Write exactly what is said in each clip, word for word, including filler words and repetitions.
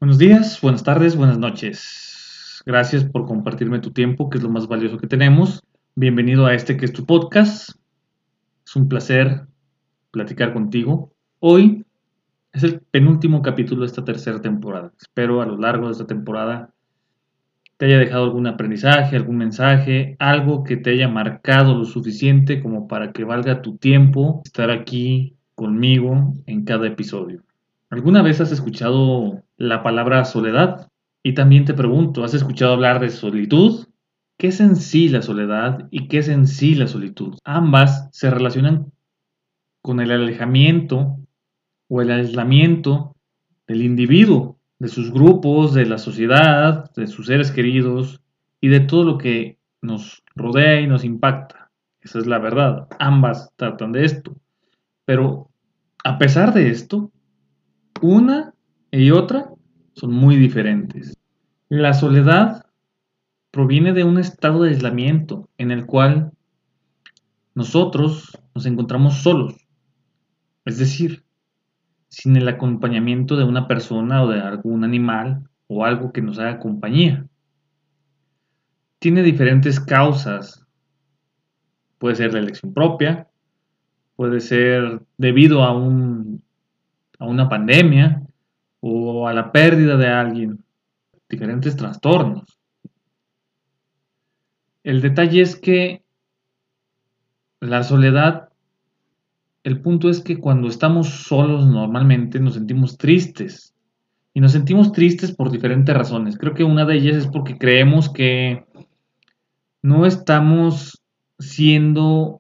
Buenos días, buenas tardes, buenas noches. Gracias por compartirme tu tiempo, que es lo más valioso que tenemos. Bienvenido a este que es tu podcast. Es un placer platicar contigo. Hoy es el penúltimo capítulo de esta tercera temporada. Espero a lo largo de esta temporada te haya dejado algún aprendizaje, algún mensaje, algo que te haya marcado lo suficiente como para que valga tu tiempo estar aquí conmigo en cada episodio. ¿Alguna vez has escuchado la palabra soledad? Y también te pregunto, ¿has escuchado hablar de solitud? ¿Qué es en sí la soledad y qué es en sí la solitud? Ambas se relacionan con el alejamiento o el aislamiento del individuo, de sus grupos, de la sociedad, de sus seres queridos y de todo lo que nos rodea y nos impacta. Esa es la verdad. Ambas tratan de esto. Pero a pesar de esto, una y otra son muy diferentes. La soledad proviene de un estado de aislamiento en el cual nosotros nos encontramos solos, es decir, sin el acompañamiento de una persona o de algún animal o algo que nos haga compañía. Tiene diferentes causas. Puede ser la elección propia, puede ser debido a, un, a una pandemia o a la pérdida de alguien, diferentes trastornos. El detalle es que la soledad, el punto es que cuando estamos solos normalmente nos sentimos tristes. Y nos sentimos tristes por diferentes razones. Creo que una de ellas es porque creemos que no estamos siendo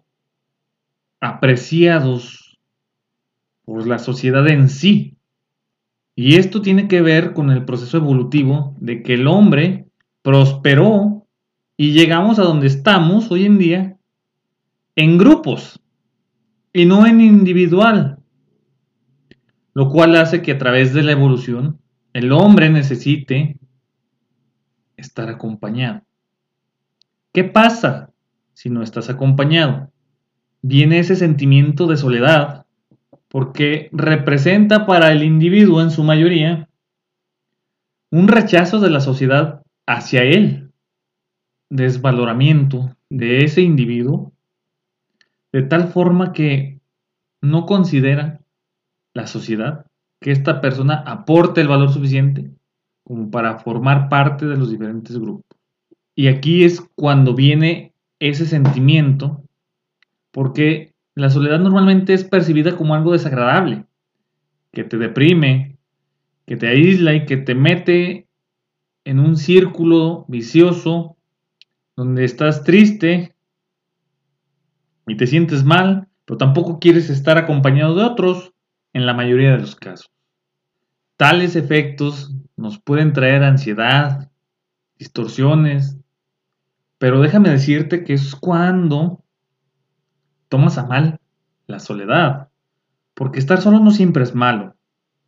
apreciados por la sociedad en sí. Y esto tiene que ver con el proceso evolutivo de que el hombre prosperó y llegamos a donde estamos hoy en día en grupos y no en individual, lo cual hace que a través de la evolución el hombre necesite estar acompañado. ¿Qué pasa si no estás acompañado? Viene ese sentimiento de soledad porque representa para el individuo en su mayoría un rechazo de la sociedad hacia él, desvaloramiento de ese individuo, de tal forma que no considera la sociedad que esta persona aporte el valor suficiente como para formar parte de los diferentes grupos. Y aquí es cuando viene ese sentimiento, porque la soledad normalmente es percibida como algo desagradable, que te deprime, que te aísla y que te mete en un círculo vicioso donde estás triste y te sientes mal, pero tampoco quieres estar acompañado de otros en la mayoría de los casos. Tales efectos nos pueden traer ansiedad, distorsiones, pero déjame decirte que es cuando tomas a mal la soledad, porque estar solo no siempre es malo.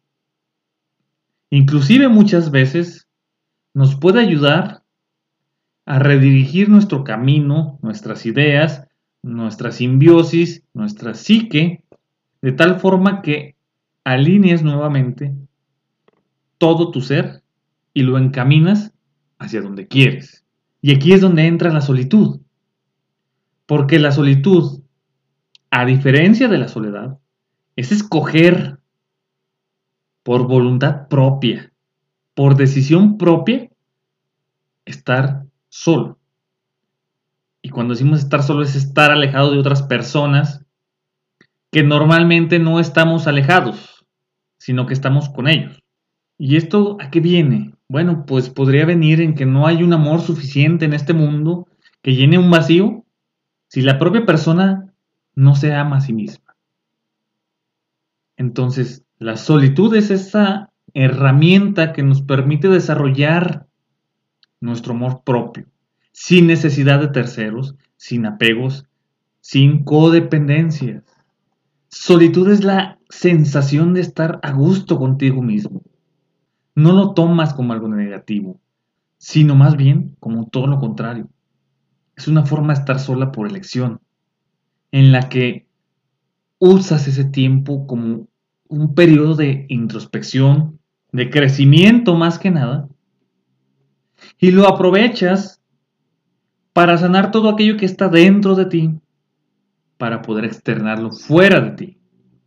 Inclusive muchas veces nos puede ayudar a redirigir nuestro camino, nuestras ideas, nuestra simbiosis, nuestra psique, de tal forma que alinees nuevamente todo tu ser y lo encaminas hacia donde quieres. Y aquí es donde entra la solitud, porque la solitud, a diferencia de la soledad, es escoger por voluntad propia, por decisión propia, estar solo. Y cuando decimos estar solo es estar alejado de otras personas que normalmente no estamos alejados, sino que estamos con ellos. ¿Y esto a qué viene? Bueno, pues podría venir en que no hay un amor suficiente en este mundo que llene un vacío si la propia persona no se ama a sí misma. Entonces, la solitud es esa herramienta que nos permite desarrollar nuestro amor propio, sin necesidad de terceros, sin apegos, sin codependencias. Solitud es la sensación de estar a gusto contigo mismo. No lo tomas como algo negativo, sino más bien como todo lo contrario. Es una forma de estar sola por elección, en la que usas ese tiempo como un periodo de introspección, de crecimiento más que nada, y lo aprovechas para sanar todo aquello que está dentro de ti, para poder externarlo fuera de ti.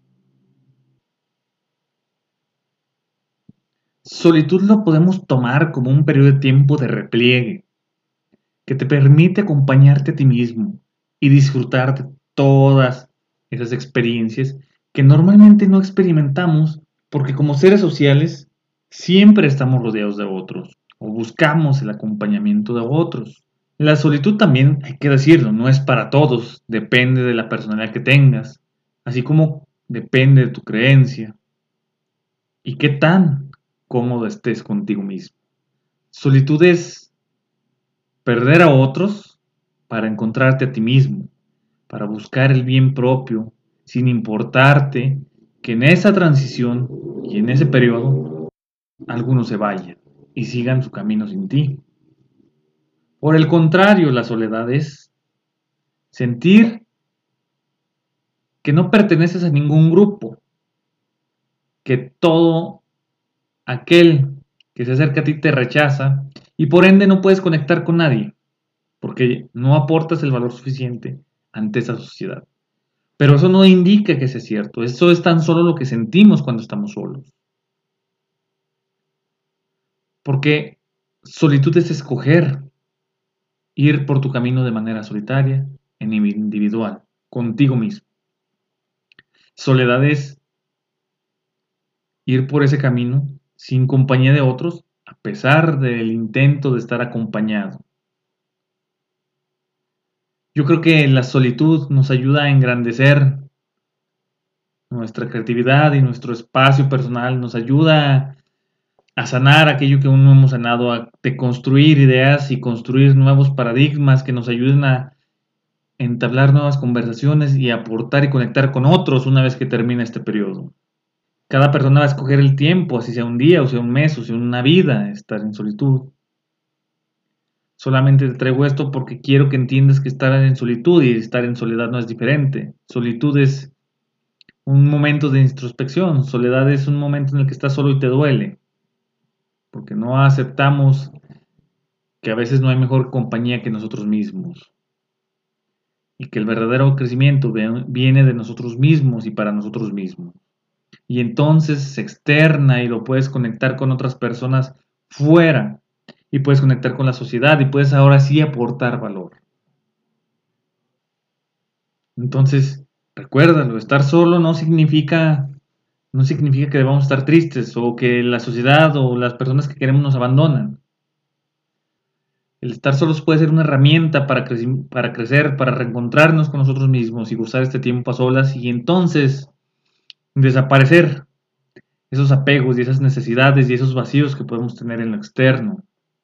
Solitud lo podemos tomar como un periodo de tiempo de repliegue, que te permite acompañarte a ti mismo y disfrutar de todas esas experiencias que normalmente no experimentamos porque como seres sociales siempre estamos rodeados de otros o buscamos el acompañamiento de otros. La solitud también, hay que decirlo, no es para todos, depende de la personalidad que tengas, así como depende de tu creencia y qué tan cómodo estés contigo mismo. Solitud es perder a otros para encontrarte a ti mismo, para buscar el bien propio, sin importarte que en esa transición y en ese periodo algunos se vayan y sigan su camino sin ti. Por el contrario, la soledad es sentir que no perteneces a ningún grupo, que todo aquel que se acerca a ti te rechaza y por ende no puedes conectar con nadie, porque no aportas el valor suficiente ante esa sociedad. Pero eso no indica que sea cierto, eso es tan solo lo que sentimos cuando estamos solos. Porque solitud es escoger ir por tu camino de manera solitaria, en individual, contigo mismo. Soledad es ir por ese camino sin compañía de otros, a pesar del intento de estar acompañado. Yo creo que la solitud nos ayuda a engrandecer nuestra creatividad y nuestro espacio personal, nos ayuda a sanar aquello que aún no hemos sanado, a deconstruir ideas y construir nuevos paradigmas que nos ayuden a entablar nuevas conversaciones y aportar y conectar con otros una vez que termine este periodo. Cada persona va a escoger el tiempo, así sea un día, o sea un mes, o sea una vida, estar en solitud. Solamente te traigo esto porque quiero que entiendas que estar en solitud y estar en soledad no es diferente. Solitud es un momento de introspección, soledad es un momento en el que estás solo y te duele, porque no aceptamos que a veces no hay mejor compañía que nosotros mismos y que el verdadero crecimiento viene de nosotros mismos y para nosotros mismos. Y entonces se externa y lo puedes conectar con otras personas fuera y puedes conectar con la sociedad y puedes ahora sí aportar valor. Entonces, recuérdalo, estar solo no significa no significa que debamos estar tristes o que la sociedad o las personas que queremos nos abandonan. El estar solos puede ser una herramienta para, cre- para crecer, para reencontrarnos con nosotros mismos y gozar este tiempo a solas y entonces desaparecer esos apegos y esas necesidades y esos vacíos que podemos tener en lo externo.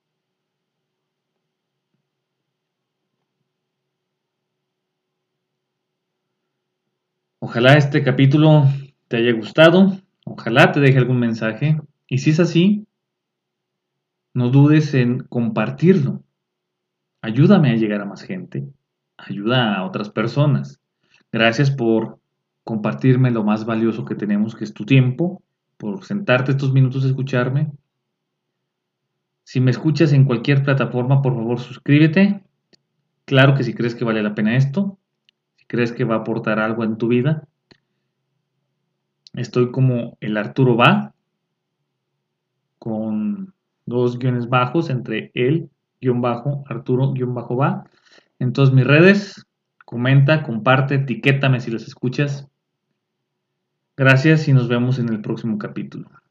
Ojalá este capítulo te haya gustado, ojalá te deje algún mensaje y si es así, no dudes en compartirlo. Ayúdame a llegar a más gente, ayuda a otras personas. Gracias por compartirme lo más valioso que tenemos, que es tu tiempo, por sentarte estos minutos a escucharme. Si me escuchas en cualquier plataforma, por favor suscríbete. Claro que si crees que vale la pena esto, si crees que va a aportar algo en tu vida, estoy como el Arturo Va, con dos guiones bajos entre el guión bajo, Arturo guión bajo Va. En todas mis redes, comenta, comparte, etiquétame si los escuchas. Gracias y nos vemos en el próximo capítulo.